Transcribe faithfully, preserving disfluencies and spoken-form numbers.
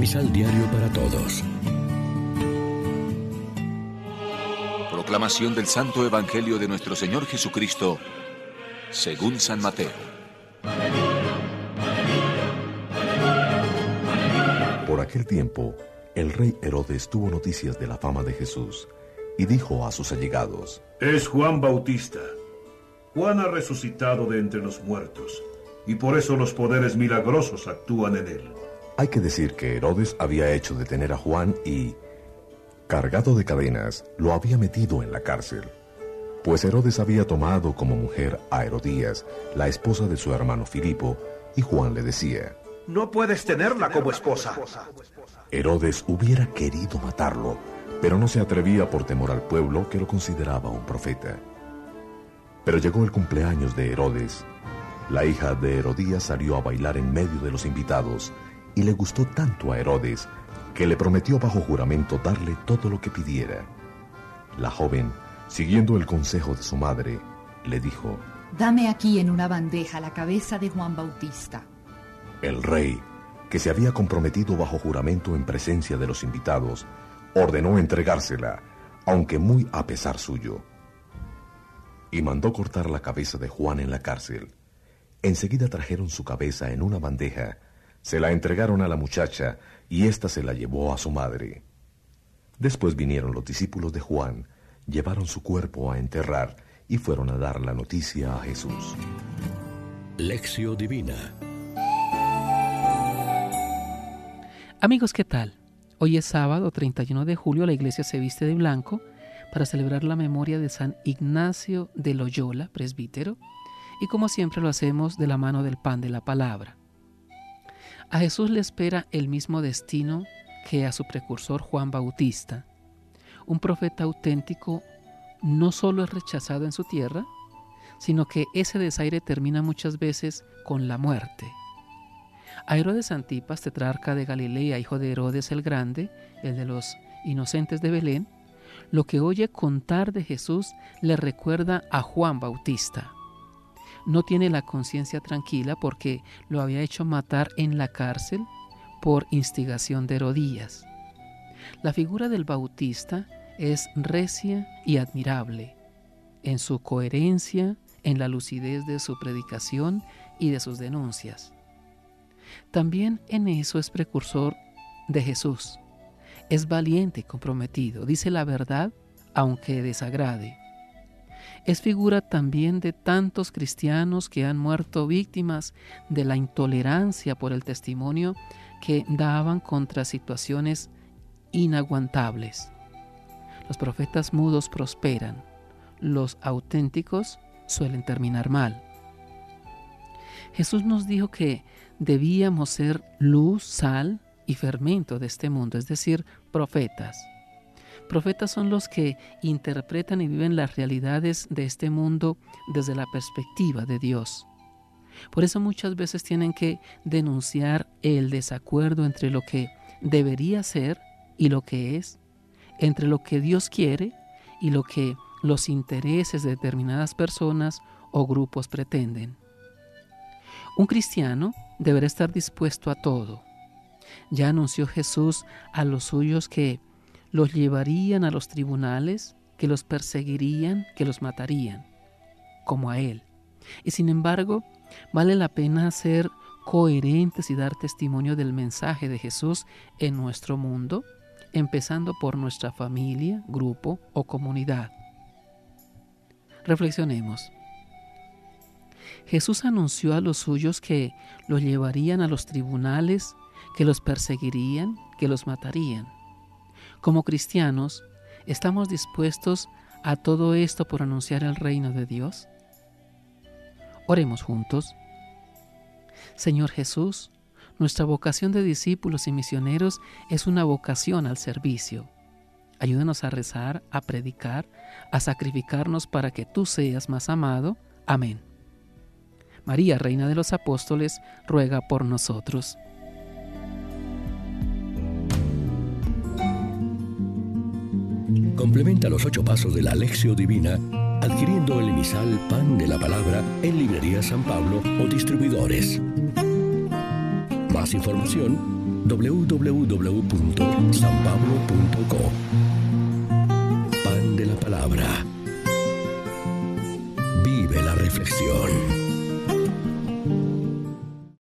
Misal Diario para Todos. Proclamación del Santo Evangelio de nuestro Señor Jesucristo, según San Mateo. Por aquel tiempo, el rey Herodes tuvo noticias de la fama de Jesús y dijo a sus allegados: Es Juan Bautista. Juan ha resucitado de entre los muertos, y por eso los poderes milagrosos actúan en él. Hay que decir que Herodes había hecho detener a Juan y, cargado de cadenas, lo había metido en la cárcel. Pues Herodes había tomado como mujer a Herodías, la esposa de su hermano Filipo, y Juan le decía: No puedes tenerla como esposa. Herodes hubiera querido matarlo, pero no se atrevía por temor al pueblo, que lo consideraba un profeta. Pero llegó el cumpleaños de Herodes. La hija de Herodías salió a bailar en medio de los invitados, y le gustó tanto a Herodes que le prometió bajo juramento darle todo lo que pidiera. La joven, siguiendo el consejo de su madre, le dijo: Dame aquí en una bandeja la cabeza de Juan Bautista. El rey, que se había comprometido bajo juramento en presencia de los invitados, ordenó entregársela, aunque muy a pesar suyo. Y mandó cortar la cabeza de Juan en la cárcel. Enseguida trajeron su cabeza en una bandeja, se la entregaron a la muchacha, y ésta se la llevó a su madre. Después vinieron los discípulos de Juan, llevaron su cuerpo a enterrar y fueron a dar la noticia a Jesús. Lección Divina. Amigos, ¿qué tal? Hoy es sábado treinta y uno de julio, la iglesia se viste de blanco para celebrar la memoria de San Ignacio de Loyola, presbítero, y como siempre lo hacemos de la mano del pan de la palabra. A Jesús le espera el mismo destino que a su precursor Juan Bautista. Un profeta auténtico no solo es rechazado en su tierra, sino que ese desaire termina muchas veces con la muerte. A Herodes Antipas, tetrarca de Galilea, hijo de Herodes el Grande, el de los inocentes de Belén, lo que oye contar de Jesús le recuerda a Juan Bautista. No tiene la conciencia tranquila porque lo había hecho matar en la cárcel por instigación de Herodías. La figura del Bautista es recia y admirable en su coherencia, en la lucidez de su predicación y de sus denuncias. También en eso es precursor de Jesús. Es valiente y comprometido, dice la verdad aunque desagrade. Es figura también de tantos cristianos que han muerto víctimas de la intolerancia por el testimonio que daban contra situaciones inaguantables. Los profetas mudos prosperan, los auténticos suelen terminar mal. Jesús nos dijo que debíamos ser luz, sal y fermento de este mundo, es decir, profetas. Profetas son los que interpretan y viven las realidades de este mundo desde la perspectiva de Dios. Por eso muchas veces tienen que denunciar el desacuerdo entre lo que debería ser y lo que es, entre lo que Dios quiere y lo que los intereses de determinadas personas o grupos pretenden. Un cristiano deberá estar dispuesto a todo. Ya anunció Jesús a los suyos que los llevarían a los tribunales, que los perseguirían, que los matarían, como a Él. Y sin embargo, vale la pena ser coherentes y dar testimonio del mensaje de Jesús en nuestro mundo, empezando por nuestra familia, grupo o comunidad. Reflexionemos. Jesús anunció a los suyos que los llevarían a los tribunales, que los perseguirían, que los matarían. Como cristianos, ¿estamos dispuestos a todo esto por anunciar el reino de Dios? Oremos juntos. Señor Jesús, nuestra vocación de discípulos y misioneros es una vocación al servicio. Ayúdanos a rezar, a predicar, a sacrificarnos para que tú seas más amado. Amén. María, Reina de los Apóstoles, ruega por nosotros. Complementa los ocho pasos de la Lección Divina adquiriendo el emisal Pan de la Palabra en Librería San Pablo o distribuidores. Más información doble u doble u doble u punto san pablo punto co. Pan de la palabra. Vive la reflexión.